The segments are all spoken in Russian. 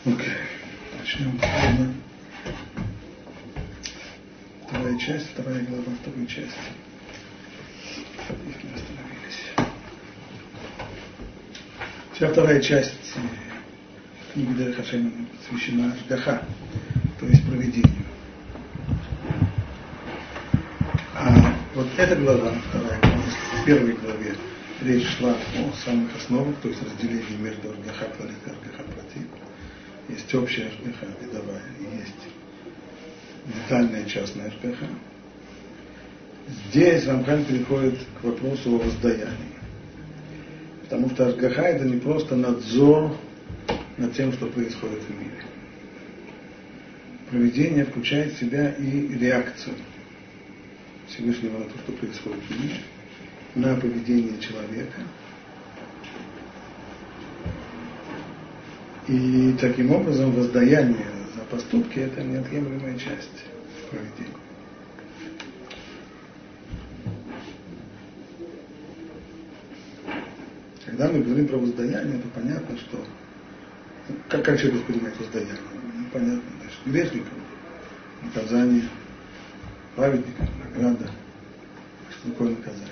Окей. Начнем. Вторая часть, вторая глава, второй части. Здесь мы остановились. Вся вторая часть книги Дерех Хашем посвящена Ашгаха, то есть провидению. А вот эта глава, вторая глава, в первой главе речь шла о самых основах, то есть разделении между Ашгаха Клалит и Ашгаха Пратит. Есть общая Ашгаха, видовая, и есть детальная частная Ашгаха. Здесь Рамхан переходит к вопросу о воздаянии. Потому что Ашгаха — это не просто надзор над тем, что происходит в мире. Провидение включает в себя и реакцию Всевышнего на то, что происходит в мире, на поведение человека. И таким образом воздаяние за поступки — это неотъемлемая часть провидения. Когда мы говорим про воздаяние, то понятно, что как человек воспринимает воздаяние. Ну, понятно, значит, грешникам наказание, праведникам награда. Что такое наказание?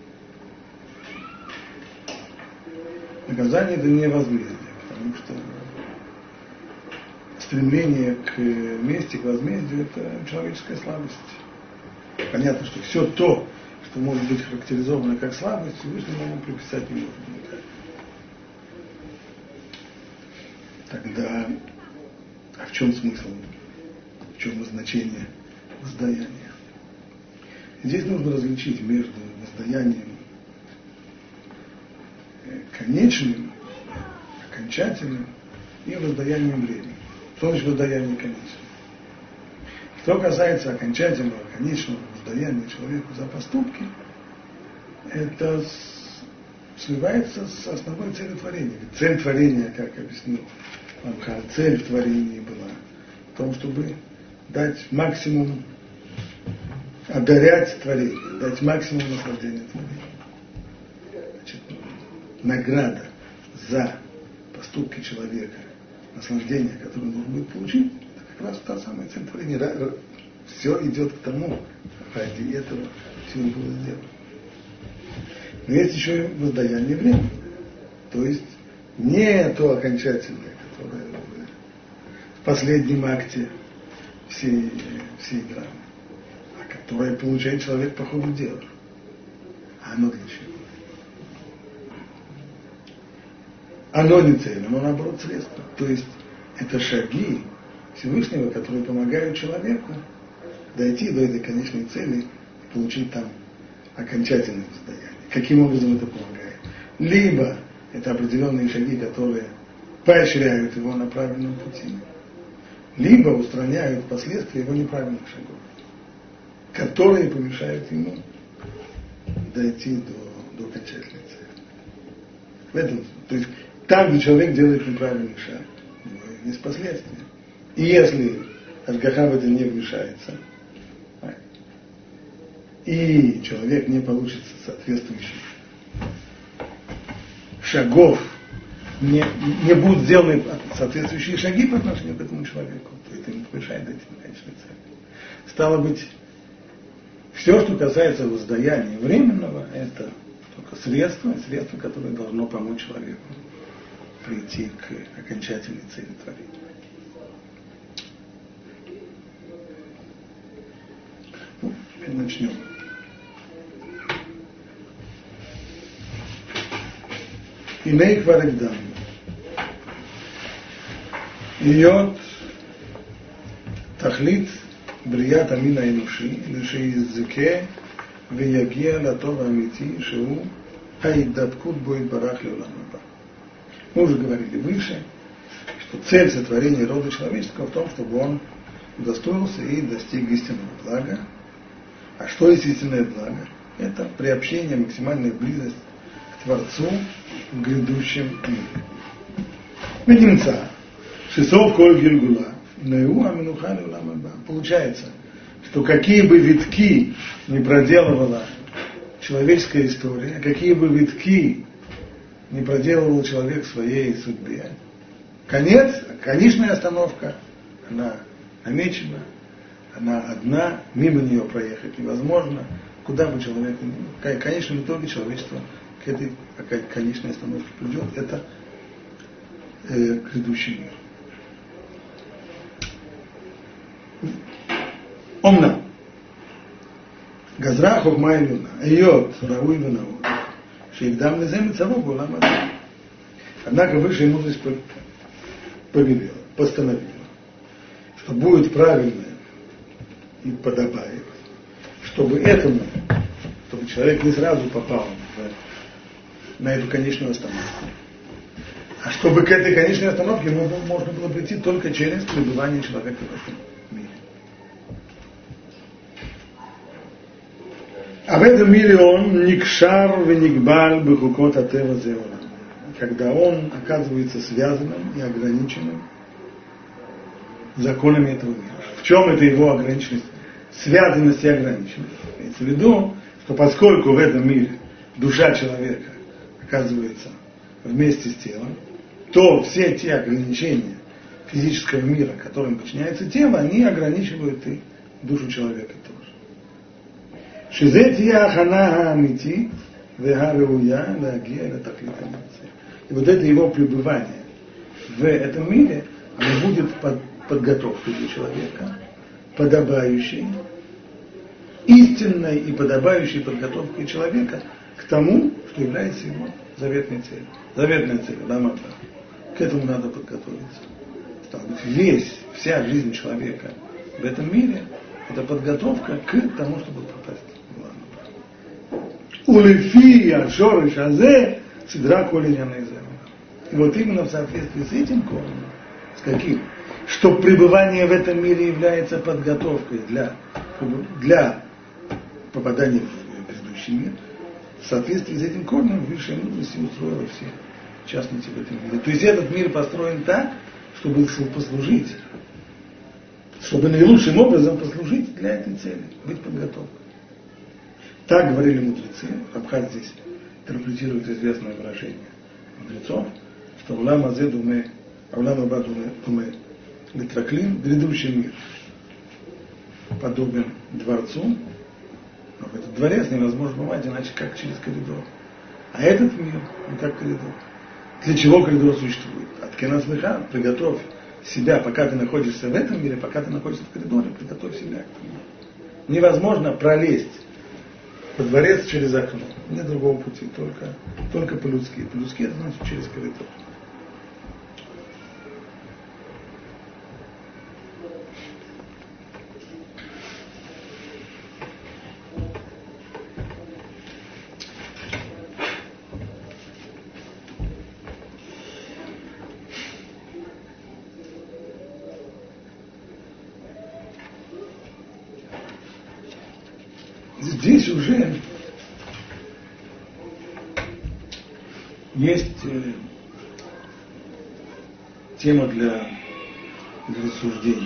Наказание — это не возмездие, потому что стремление к мести, к возмездию — это человеческая слабость. Понятно, что все то, что может быть характеризовано как слабость, Всевышнему ему приписать не можно никак. Тогда, а в чем смысл, в чем значение воздаяния? Здесь нужно различить между воздаянием конечным, окончательным и воздаянием временным. Что значит воздаяние конечное? Что касается окончательного, конечного воздаяния человеку за поступки, это сливается с основной целью творения. Ведь цель творения, как объяснил Рамхан, цель в творении была в том, чтобы дать максимум, одарять творение, дать максимум наслаждения творения. Значит, награда за поступки человека, наслаждение, которое он должен будет получить, это как раз та самая цель творения. Все идет к тому, ради этого все было сделано. Но есть еще и воздаяние времени. То есть не то окончательное, которое в последнем акте всей драмы, а которое получает человек по ходу дела. А оно для чего? Оно не цель, оно наоборот средство. То есть это шаги Всевышнего, которые помогают человеку дойти до этой конечной цели и получить там окончательное воздаяние. Каким образом это помогает? Либо это определенные шаги, которые поощряют его на правильном пути, либо устраняют последствия его неправильных шагов, которые помешают ему дойти до окончательной цели. В этом, то есть там, где человек делает неправильный шаг, есть последствия. И если Ашгаха в это не вмешается, и человек не получит соответствующих шагов, не будут сделаны соответствующие шаги по отношению к этому человеку, то это ему помешает дойти до конечной цели. Стало быть, все, что касается воздаяния временного, это только средство, которое должно помочь человеку прийти к окончательной цели творения. Ну, теперь начнем. הנה כבר הקדמנו. להיות תכלית בריאת המין האנושי, שיזכה ויגיע לטוב האמיתי, שהוא ההידבקות בו יתברך לעולם הבא. Мы уже говорили выше, что цель сотворения рода человеческого в том, чтобы он удостоился и достиг истинного блага. А что есть истинное благо? Это приобщение, максимальная близость к Творцу в грядущем мире. Медимца, шесов коль гильгула, наиву аминуха леулам аба. Получается, что какие бы витки не проделывала человеческая история, какие бы витки не проделывал человек в своей судьбе, конечная остановка, она намечена, она одна, мимо нее проехать невозможно. Куда бы человек, в конечном итоге человечество к этой конечной остановке придет, это грядущий мир. Омна. Газра хохма илюна. Эйот рауи венауд. Шеигдам лезем цаво гулам аду. Однако высшая мудрость повелела, постановила, что будет правильно и подобает, чтобы человек не сразу попал на эту конечную остановку. А чтобы к этой конечной остановке можно было прийти только через пребывание человека в этом мире. А в этом мире он никшар веникбаль бехукот атева зеона. Когда он оказывается связанным и ограниченным законами этого мира. В чем это его ограниченность? Связанность и ограниченность. Имеется в виду, что поскольку в этом мире душа человека оказывается вместе с телом, то все те ограничения физического мира, которым подчиняется тело, они ограничивают и душу человека тоже. Шизетия хана амити вегаруя лагия латаклита нации. И вот это его пребывание в этом мире, оно будет подготовкой для человека, подобающей, истинной и подобающей подготовкой человека к тому, что является его заветной целью. Заветная цель, Ламата. К этому надо подготовиться. Вся жизнь человека в этом мире – это подготовка к тому, чтобы попасть в Ламата. Улефи ашор шазе сидра колиняна из. И вот именно в соответствии с этим корнем, с каким? Что пребывание в этом мире является подготовкой для попадания в предыдущий мир. В соответствии с этим корнем высшая мудрость устроила все частности в этом мире. То есть этот мир построен так, чтобы послужить, чтобы наилучшим образом послужить для этой цели, быть подготовкой. Так говорили мудрецы. Рабхат здесь интерпретирует известное выражение мудрецов, что улам азе думе, улам аба думе литраклин, грядущий мир подобен дворцу, но в этот дворец невозможно бывать, иначе как через коридор. А этот мир, он как коридор. Для чего коридор существует? От кенасмеха, приготовь себя, пока ты находишься в этом мире, пока ты находишься в коридоре, приготовь себя к тому. Невозможно пролезть во дворец через окно. Нет другого пути, только по-людски. По-людски это значит через коридор. Здесь уже есть тема для рассуждений.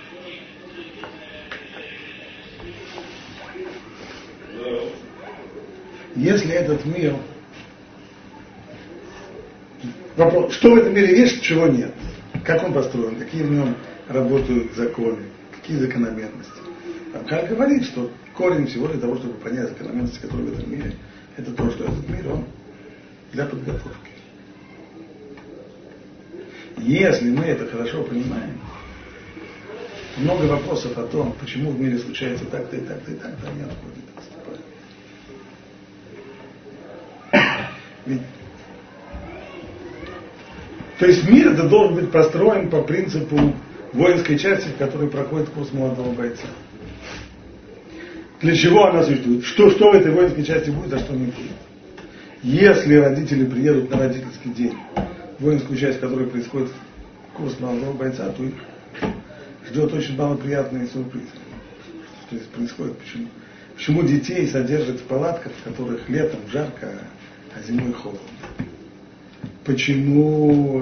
Если этот мир... Вопрос, что в этом мире есть, чего нет? Как он построен? Какие в нем работают законы? Какие закономерности? Рамхаль говорит, что корень всего для того, чтобы понять закономерности, которые в этом мире, это то, что этот мир, он для подготовки. Если мы это хорошо понимаем, то много вопросов о том, почему в мире случается так-то и так-то и так-то, они отходят, отступают. Ведь, то есть мир это должен быть построен по принципу воинской части, в которой проходит курс молодого бойца. Для чего она существует? Что в этой воинской части будет, а что не будет? Если родители приедут на родительский день в воинскую часть, в которой происходит курс молодого бойца, то их ждет очень малоприятные сюрпризы. Что здесь происходит? Почему детей содержат в палатках, в которых летом жарко, а зимой холодно? Почему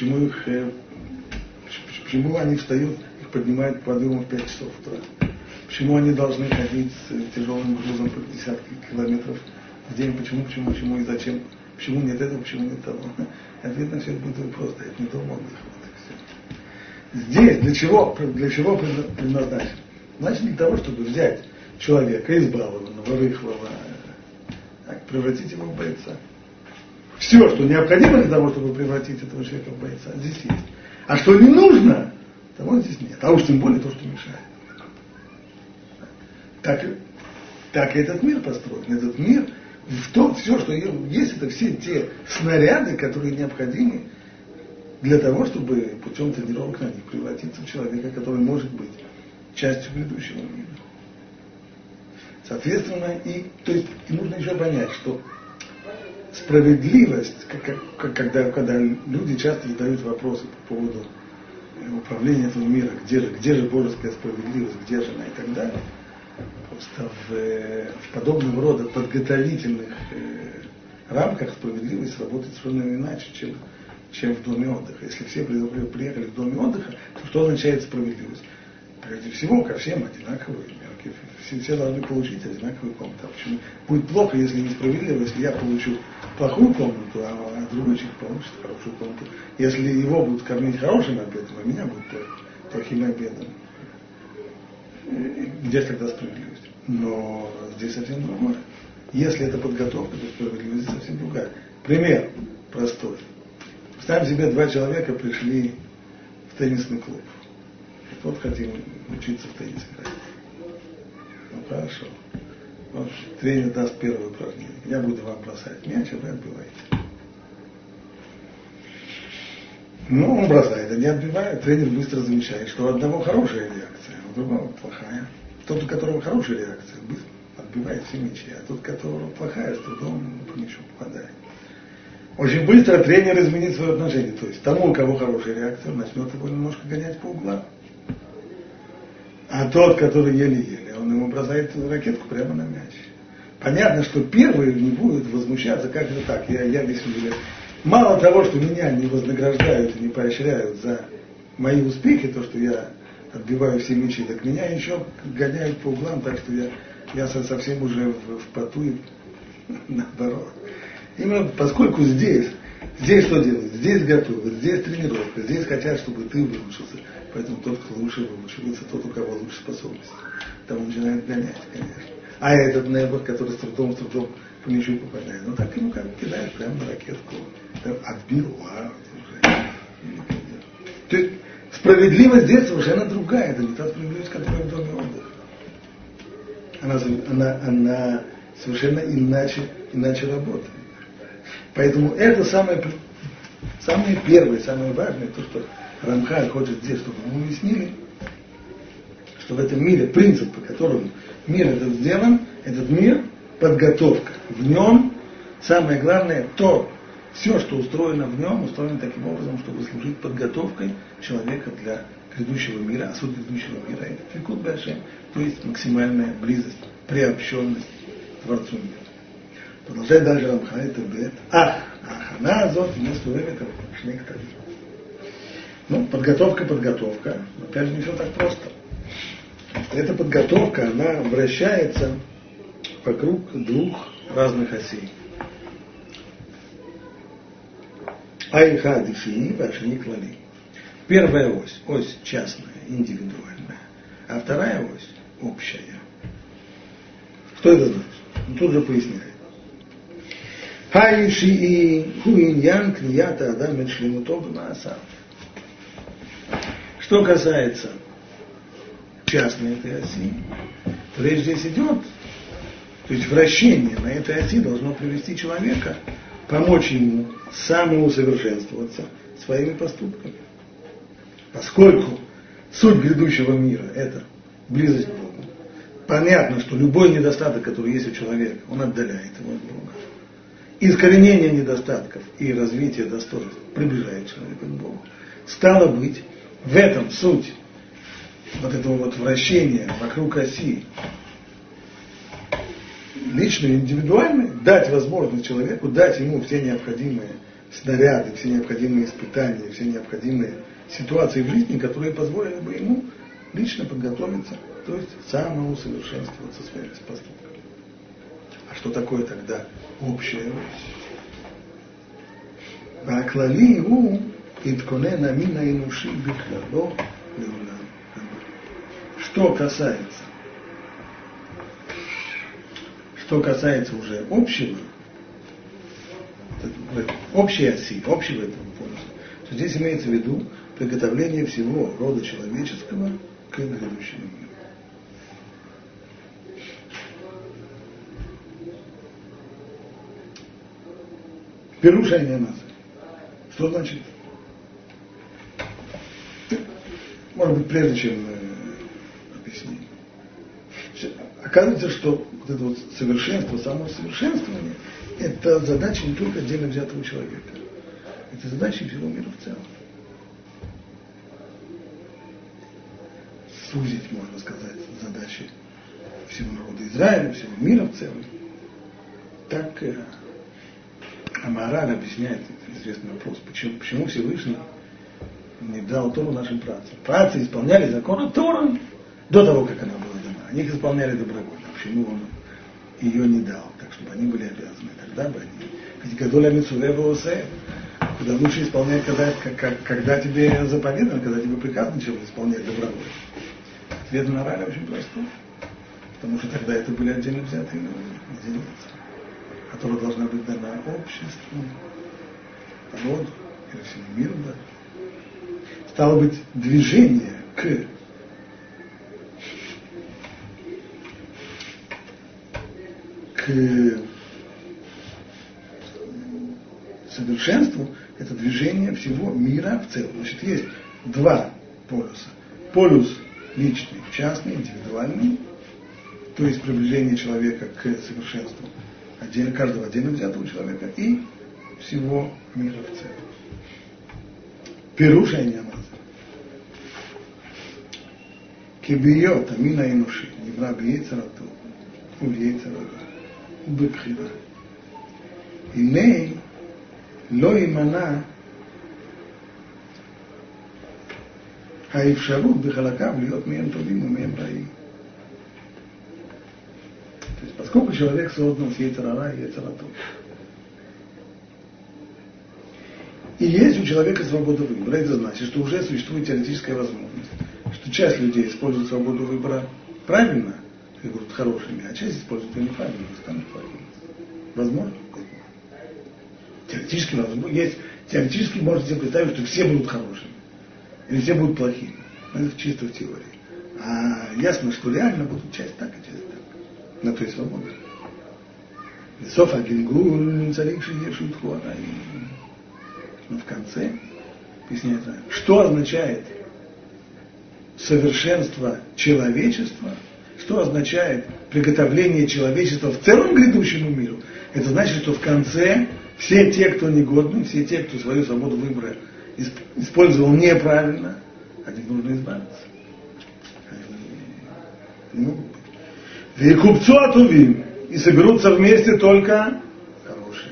они встают, их поднимают по подъему в 5 часов утра? Почему они должны ходить с тяжелым грузом по десятки километров в день? Почему и зачем? Почему нет этого, почему нет того? Ответ на все это будет просто. Это не дом отдыха. здесь для чего предназначен? Значит, для того, чтобы взять человека избалованного, рыхлого, превратить его в бойца. Все, что необходимо для того, чтобы превратить этого человека в бойца, здесь есть. А что не нужно, того здесь нет. А уж тем более то, что мешает. Так и этот мир построен. Этот мир, все, что есть, это все те снаряды, которые необходимы для того, чтобы путем тренировок на них превратиться в человека, который может быть частью грядущего мира. Соответственно, и нужно еще понять, что справедливость, когда люди часто задают вопросы по поводу управления этого мира, где же божеская справедливость, где же она и так далее, просто в подобного рода подготовительных рамках справедливость работает совершенно иначе, чем в доме отдыха. Если все приехали в доме отдыха, то что означает справедливость? Прежде всего, ко всем одинаковые мерки. Все должны получить одинаковую комнату. А почему? Будет плохо, если несправедливо, если я получу плохую комнату, а другой человек получит хорошую комнату. Если его будут кормить хорошим обедом, а меня будут плохим обедом. Где же тогда справедливость? Но здесь совсем другое. Если это подготовка, то справедливость совсем другая. Пример простой. Представим себе, два человека пришли в теннисный клуб. И вот хотим учиться в теннис играть. Ну хорошо. Вот тренер даст первое упражнение. Я буду вам бросать мяч, а вы отбиваете. Ну, он бросает, а не отбивает. Тренер быстро замечает, что у одного хорошая реакция, а у другого плохая. Тот, у которого хорошая реакция, быстро отбивает все мячи, а тот, у которого плохая, с трудом по мячу попадает. Очень быстро тренер изменит свое отношение. То есть тому, у кого хорошая реакция, он начнет его немножко гонять по углам. А тот, который еле-еле, он ему бросает ракетку прямо на мяч. Понятно, что первый не будет возмущаться, как это так, я весь мир. Мало того, что меня не вознаграждают и не поощряют за мои успехи, то, что я отбиваю все мячи, так меня еще гоняют по углам, так что я совсем уже в поту и наоборот. Именно поскольку здесь что делают? Здесь готовят, здесь тренировка, здесь хотят, чтобы ты выучился. Поэтому тот, кто лучше выучивается, тот, у кого лучше способности. Там начинает гонять, конечно. А этот небор, который с трудом по мячу попадает, ну так ему как кидает прямо на ракетку. Отбил, то есть справедливость здесь совершенно другая. Это не та справедливость, которая в доме отдыха. Она совершенно иначе работает. Поэтому это самое первое, самое важное, то, что Рамхаль хочет здесь, чтобы мы уяснили, что в этом мире принцип, по которому мир этот сделан, этот мир подготовка. В нем самое главное все, что устроено в нем, устроено таким образом, чтобы служить подготовкой человека для грядущего мира, а суть грядущего мира это Ликут бе-Ашем, то есть максимальная близость, приобщенность к Творцу мира. Продолжает дальше Рамхаль, это бет. Ахана азот вместо это шнек тавим. Ну, подготовка. Опять же, не все так просто. Эта подготовка, она вращается вокруг двух разных осей. Айха дифини, вашини клали. Первая ось частная, индивидуальная, а вторая ось общая. Что это значит? Он тут же поясняет. Хайши и хуиньян книята адам мечлимутов мааса. Что касается частной этой оси, то речь здесь идет, то есть вращение на этой оси должно привести человека, помочь ему самоусовершенствоваться своими поступками. Поскольку суть грядущего мира – это близость к Богу, понятно, что любой недостаток, который есть у человека, он отдаляет его от Бога. Искоренение недостатков и развитие достоинств приближает человека к Богу. Стало быть, в этом суть вот этого вот вращения вокруг оси лично, индивидуально, дать возможность человеку, дать ему все необходимые снаряды, все необходимые испытания, все необходимые ситуации в жизни, которые позволили бы ему лично подготовиться, то есть самоусовершенствоваться своими поступками. А что такое тогда общая ось? Бааклали итконен амин аинуши бихлало леулам. Что касается уже общего, общей оси, общего этого полюса, то здесь имеется в виду приготовление всего рода человеческого к грядущему миру. Перушение нас. Что значит? Может быть, прежде чем объяснить. Оказывается, что вот это вот совершенство, самосовершенствование, это задача не только отдельно взятого человека. Это задача всего мира в целом. Сузить, можно сказать, задачи всего народа Израиля, всего мира в целом. Так Амараль объясняет известный вопрос, почему Всевышний не дал Тору нашим працам. Працы исполняли законы Торы до того, как она была дана. Они их исполняли добровольно. Почему он ее не дал, так чтобы они были обязаны? Тогда бы они. Ведь Гадоля Мицуве Боосе, куда лучше исполнять, когда тебе заповедано, когда тебе приказано чего исполнять добровольно. Ответ Амараля очень простой. Потому что тогда это были отдельно взятые единицы, которая должна быть дана обществу, народу или всему миру даже. Стало быть, движение к совершенству – это движение всего мира в целом. Значит, есть два полюса. Полюс личный, частный, индивидуальный, то есть приближение человека к совершенству каждого отдельно взятого человека и всего мира в целом. Перушение нас. Кибиот, амина инуши, небра бейцарату, убейцарату, убекхира. Иней, ло имана, האפשרות בחלקיו להיות מהם טובים ומהם רעים. То есть, поскольку человек создан с йецер ара и йецер тов, и есть у человека свобода выбора, это значит, что уже существует теоретическая возможность, что часть людей использует свободу выбора правильно, как будут хорошими, а часть использует ее неправильно, и станут плохими. Возможно? Теоретически возможно. Теоретически можете себе представить, что все будут хорошими. Или все будут плохими. Но это чисто в теории. А ясно, что реально будут часть так и часть так. На то и свобода. Софа Гингуль, царикши ешут хуара. Но в конце объясняется, что означает совершенство человечества, что означает приготовление человечества в целом к грядущему миру. Это значит, что в конце все те, кто негодны, все те, кто свою свободу выбора использовал неправильно, от них нужно избавиться. Векупцу атувим, и соберутся вместе только хорошие.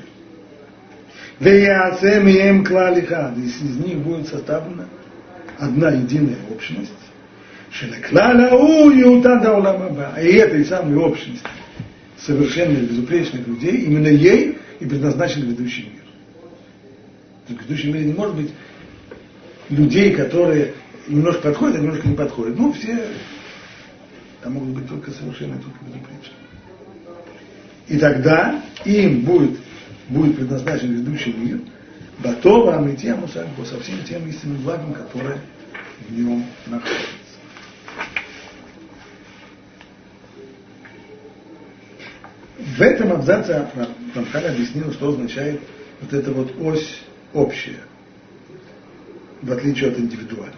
Веяцем ием клалиха, из них будет составлена одна единая общность. Шелеклала уюта дауламаба, и этой самой общности совершенных, безупречных людей, именно ей и предназначен грядущий мир. В грядущем мире не может быть людей, которые немножко подходят, а немножко не подходят. Ну, все там могут быть только совершенные, только безупречные. И тогда им будет предназначен грядущий мир, Батова, Амития, Мусальбо, со всем тем истинным благом, которое в нем находится. В этом абзаце Рамхаль объяснил, что означает вот эта вот ось общая, в отличие от индивидуальной.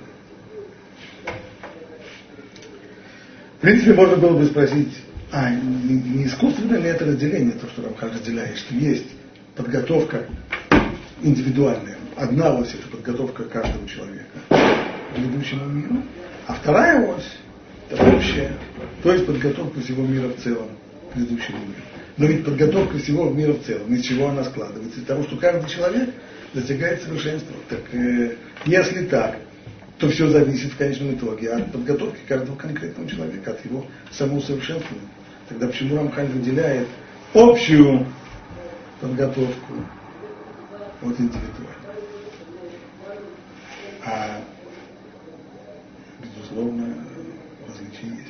В принципе, можно было бы спросить, не искусственно ли это разделение, то, что Рамхаль разделяет, что есть подготовка индивидуальная. Одна ось – это подготовка каждого человека к грядущему миру, а вторая ось – это общая, то есть подготовка всего мира в целом к грядущему миру. Но ведь подготовка всего мира в целом, из чего она складывается? Из того, что каждый человек достигает совершенства. Так если так, то все зависит в конечном итоге от подготовки каждого конкретного человека, от его самоусовершенствования. Тогда почему Рамхаль выделяет общую подготовку от индивидуальной?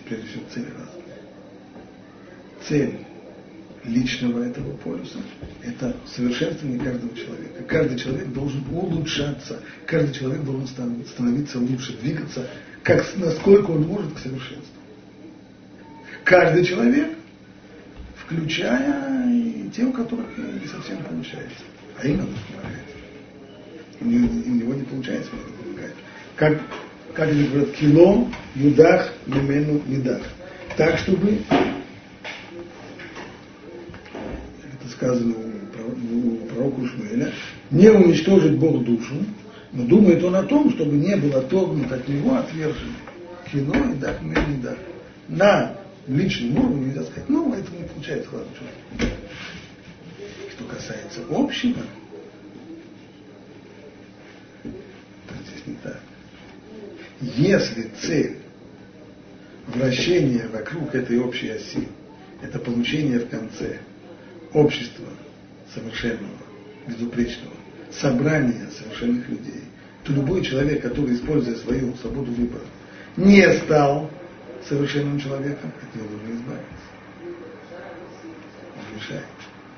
прежде всего цели разные. Цель личного этого полюса – это совершенствование каждого человека. Каждый человек должен улучшаться, каждый человек должен становиться лучше, двигаться, насколько он может к совершенству. Каждый человек, включая и те, у которых не совсем получается, а им надо помогать. У него не получается, надо помогать. Как они говорят, кило, юдах, мимену, мидах. Так, чтобы, это сказано у пророка Шмуэля, не уничтожит Бог душу, но думает он о том, чтобы не был отторгнут от него отвержен. Кило, юдах, мимену, мидах. На личном уровне нельзя сказать, это не получается, ладно, что. Что касается общего, то здесь не так. Если цель вращения вокруг этой общей оси – это получение в конце общества совершенного, безупречного, собрания совершенных людей, то любой человек, который, используя свою свободу выбора, не стал совершенным человеком, от него нужно избавиться. Он мешает.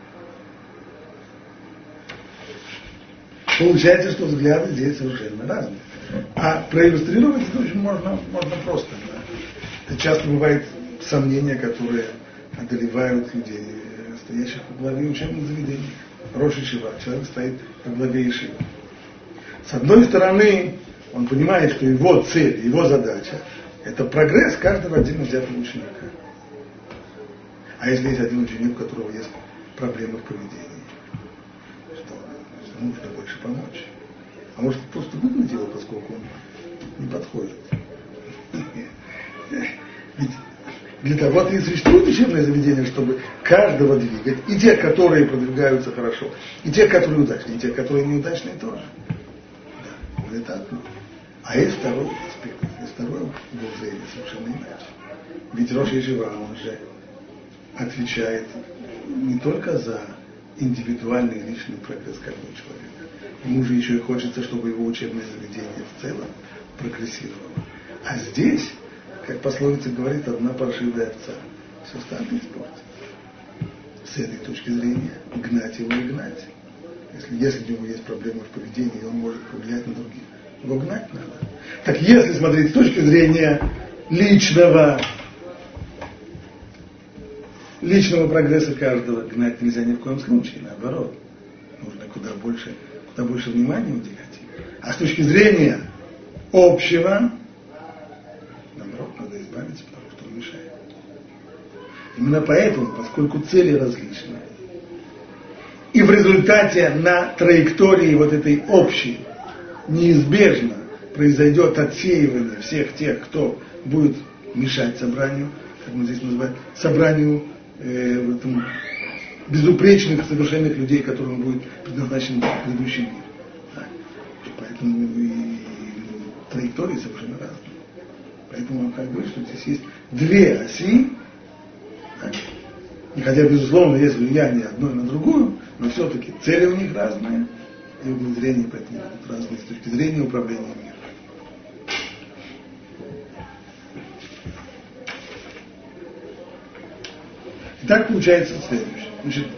Получается, что взгляды здесь совершенно разные. А проиллюстрировать это очень можно просто. Да? Это часто бывает сомнения, которые одолевают людей, стоящих во главе учебных заведений. Рош ешива, человек стоит во главе ешивы. С одной стороны, он понимает, что его цель, его задача – это прогресс каждого отдельно взятого ученика. А если есть один ученик, у которого есть проблемы в поведении, что нужно больше помочь. А может просто выгнать его, поскольку он не подходит. Ведь для того-то и существует учебное заведение, чтобы каждого двигать, и тех, которые продвигаются хорошо, и тех, которые удачные, и тех, которые неудачные тоже. Да, это одно. А есть второй аспект, есть второй угол зрения, совершенно иначе. Ведь Рош ешива, он же отвечает не только за индивидуальный личный прогресс каждого человека. Ему же еще и хочется, чтобы его учебное заведение в целом прогрессировало. А здесь, как пословица говорит, одна паршивая овца. Все остальное испортится. С этой точки зрения гнать его и гнать. Если у него есть проблемы в поведении, и он может повлиять на других, его гнать надо. Так если смотреть с точки зрения личного прогресса каждого, гнать нельзя ни в коем случае, наоборот. Нужно куда больше внимания уделять. А с точки зрения общего, наоборот, надо избавиться, потому что он мешает. Именно поэтому, поскольку цели различны, и в результате на траектории вот этой общей неизбежно произойдет отсеивание всех тех, кто будет мешать собранию, как мы здесь называем, собранию безупречных, совершенных людей, которым будет предназначен предыдущий мир. Так. Поэтому и траектории совершенно разные. Поэтому он как бы, что здесь есть две оси, так. И хотя, безусловно, есть влияние одной на другую, но все-таки цели у них разные, и угол зрения поэтому будут разные с точки зрения управления миром. И так получается следующее. Значит,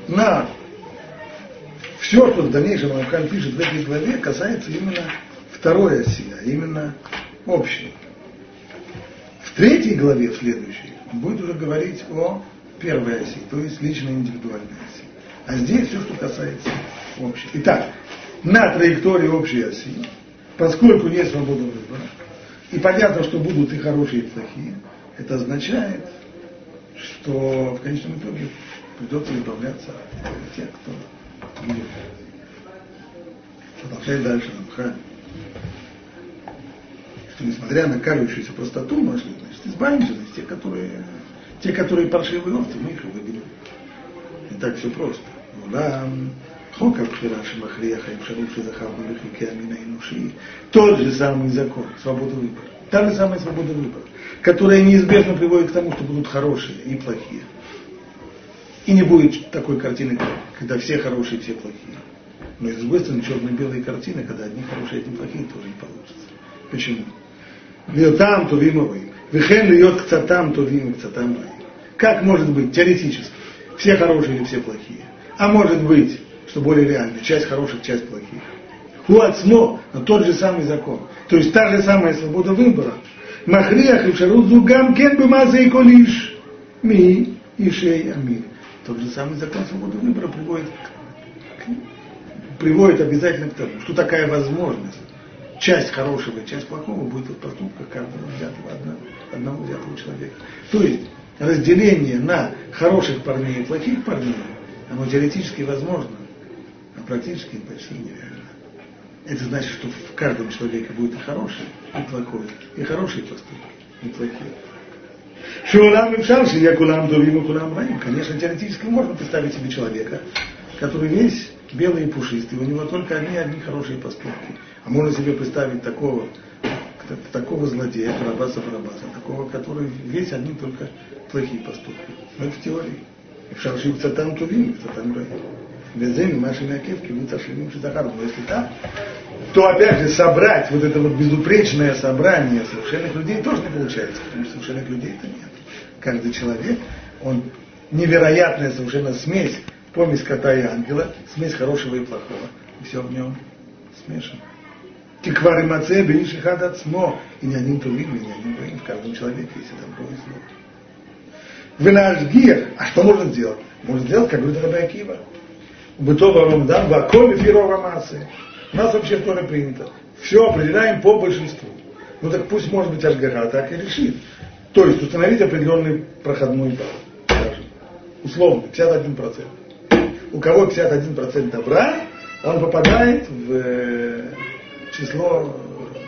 все, что в дальнейшем Рамхаль пишет в этой главе, касается именно второй оси, а именно общей. В третьей главе, в следующей, он будет уже говорить о первой оси, то есть личной индивидуальной оси. А здесь все, что касается общей. Итак, на траектории общей оси, поскольку есть свобода выбора, и понятно, что будут и хорошие, и плохие, это означает, что в конечном итоге придется избавляться от тех, кто будет. Продолжает дальше Рамхаль. Что несмотря на кажущуюся простоту нашли, значит, избавимся от те, которые паршивые овцы, мы их выберем. И так все просто. Тот же самый закон, свобода выбора. Та же самая свобода выбора, которая неизбежно приводит к тому, что будут хорошие и плохие. И не будет такой картины, когда все хорошие, все плохие. Но и с другой стороны, черно-белые картины, когда одни хорошие, одни плохие, тоже не получится. Почему? Там, то вимовый. Вехен льет кцатам тувим и кцатам раим. Как может быть теоретически все хорошие или все плохие? А может быть, что более реально, часть хороших, часть плохих. Хуацмо, но тот же самый закон. То есть та же самая свобода выбора. Махриах и шарудзу гам кен бы мазей колиш ми и шей амир. Тот же самый закон свободы выбора приводит обязательно к тому, что такая возможность, часть хорошего и часть плохого будет в поступках каждого одного взятого человека. То есть разделение на хороших парней и плохих парней, оно теоретически возможно, а практически почти нереально. Это значит, что в каждом человеке будет и хороший, и плохой, и хорошие поступки, и плохие. Шулам и пшалши, я кулам дурим и кулам раим. Конечно, теоретически можно представить себе человека, который весь белый и пушистый, у него только одни хорошие поступки. А можно себе представить такого злодея, Барабаса, такого, который весь одни только плохие поступки. Но это в теории. И в шарши цатам тувим, цатам раим. Безземи маши накевки, мы цашливим шизахару. Но если так, то опять же собрать вот это вот безупречное собрание совершенных людей тоже не получается, потому что совершенных людей-то нет. Каждый человек, он невероятная совершенно смесь, помесь кота и ангела, смесь хорошего и плохого. И все в нем смешано. Тиквар и маце, бениши хадат смо, и не один тувим, и не один раим. В каждом человеке есть добро и зло. Вы наш гир, а что можно сделать? Можно сделать, как говорит Раби Акива. Бытова ромдан, ваколь фирова массы. У нас вообще в Торе принято. Все определяем по большинству. Ну так пусть, может быть, Ашгаха так и решит. То есть установить определенный проходной балл. Скажем, условно, 51%. У кого 51% добра, он попадает в число,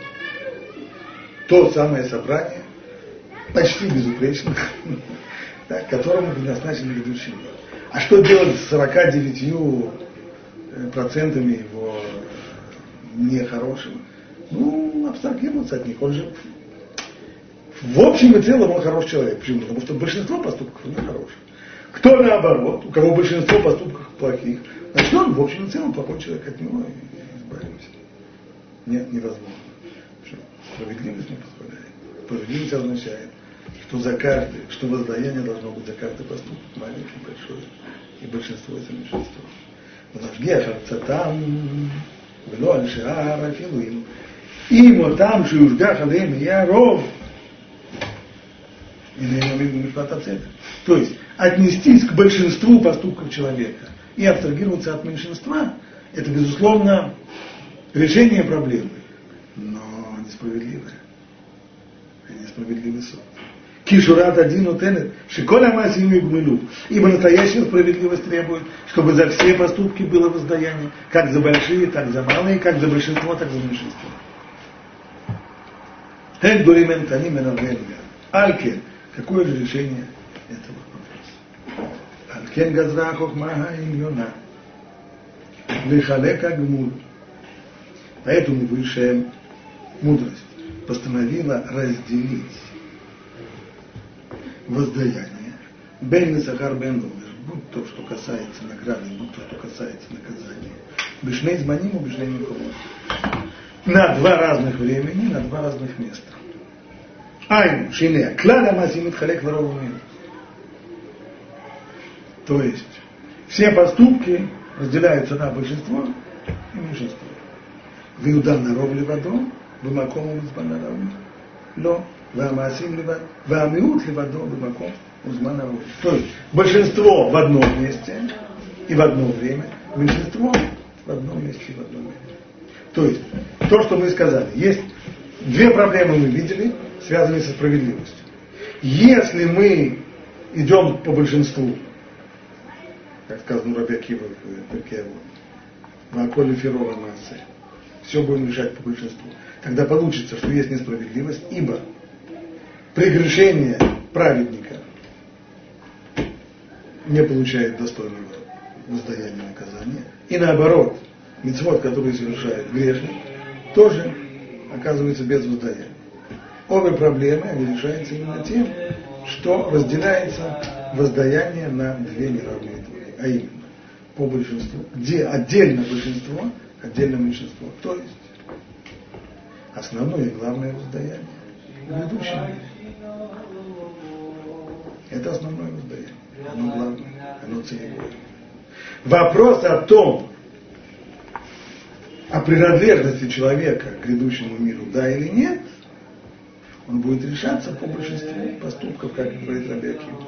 то самое собрание, почти безупречных, к которому предназначены ведущие. А что делать с 49% его нехорошим? Ну, абстрагироваться от них. Он же в общем и целом он хороший человек. Почему? Потому что большинство поступков у него хороших. Кто наоборот, у кого большинство поступков плохих, значит он в общем и целом плохой человек, от него избавимся. Нет, невозможно. Справедливость не позволяет. Справедливость означает, что воздаяние должно быть за каждый поступок, маленький, большой, и большинство это меньшинство. ונשגיח על צאתם ולא על שאר אפילו אם אותם שיושגח עליהם יהיה הרוב, то есть отнестись к большинству поступков человека и абстрагироваться от меньшинства, это безусловно решение проблемы, но несправедливое. Несправедливый суд. Кишурат один утенет, шиколя масими гмылю. Ибо настоящая справедливость требует, чтобы за все поступки было воздаяние, как за большие, так за малые, как за большинство, так за меньшинство. Алькен, какое же решение этого вопроса? Алькен газра хохма ильона, лихалека гмуль. Поэтому высшая мудрость постановила разделить воздаяние бен сахар бен ловер, будь то, что касается награды, будь то, что касается наказания, бешней зманим и бешней миколот, на два разных времени, на два разных места. Айн, шине, клада масимит халек воровым. То есть все поступки разделяются на большинство и меньшинство. Виудан на ровле водом, במקום ובזמן הראוי. לא. והמעשים לבד, והמיעוט לבדו במקום ובזמן הראוי. То есть большинство в одном месте и в одно время, меньшинство в одном месте и в одно время. То есть то, что мы сказали, есть две проблемы мы видели, связанные со справедливостью. Если мы идем по большинству, как сказано у Раби Акивы в Перкей Авот, ваколь фирова массы, все будем решать по большинству, тогда получится, что есть несправедливость, ибо прегрешение праведника не получает достойного воздаяния наказания, и наоборот, мицвот, который совершает грешник, тоже оказывается без воздаяния. Обе проблемы они решаются именно тем, что разделяется воздаяние на две неравные доли, а именно по большинству, где отдельно большинство, отдельно меньшинство, то есть основное и главное воздаяние в ведущем мире. Это основное воздаяние. Оно главное, оно целевое. Вопрос о том, о принадлежности человека к грядущему миру, да или нет, он будет решаться по большинству поступков, как говорит Раби Акива.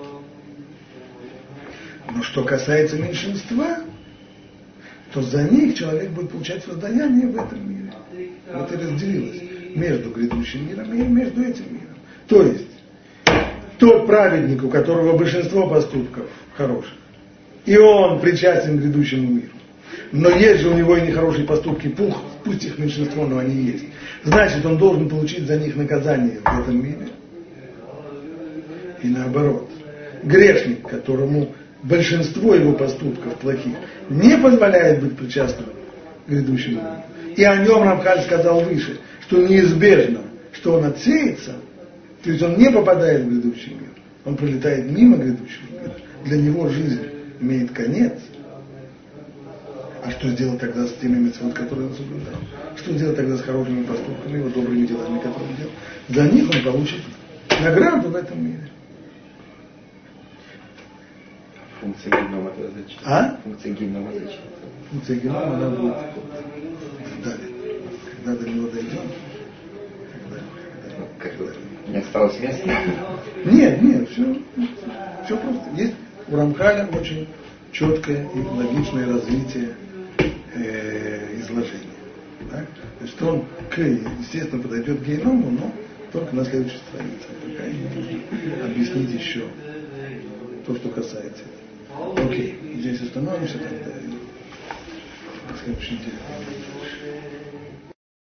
Но что касается меньшинства, то за них человек будет получать воздаяние в этом мире. Вот и разделилось между грядущим миром и между этим миром. То есть, тот праведник, у которого большинство поступков хороших, и он причастен к грядущему миру, но есть же у него и нехорошие поступки, пусть их меньшинство, но они есть. Значит, он должен получить за них наказание в этом мире. И наоборот, грешник, которому большинство его поступков плохих не позволяет быть причастным к грядущему миру. И о нем Рамхаль сказал выше, что неизбежно, что он отсеется, то есть он не попадает в грядущий мир, он пролетает мимо грядущего мира. Для него жизнь имеет конец. А что сделать тогда с теми мицвот, которые он соблюдал? Что делать тогда с хорошими поступками, его добрыми делами, которые он делал? За них он получит награду в этом мире. Функция генома это зачем? А? Функция генома зачем? Функция генома, она будет далее. Когда до него дойдем, Не осталось места? Нет, все просто. Есть у Рамхаля очень четкое и логичное развитие изложения. Так? То есть он, естественно, подойдет к геному, но только на следующей странице. Пока не нужно объяснить еще то, что касается этого. Окей, здесь остановимся тогда и на следующей неделе.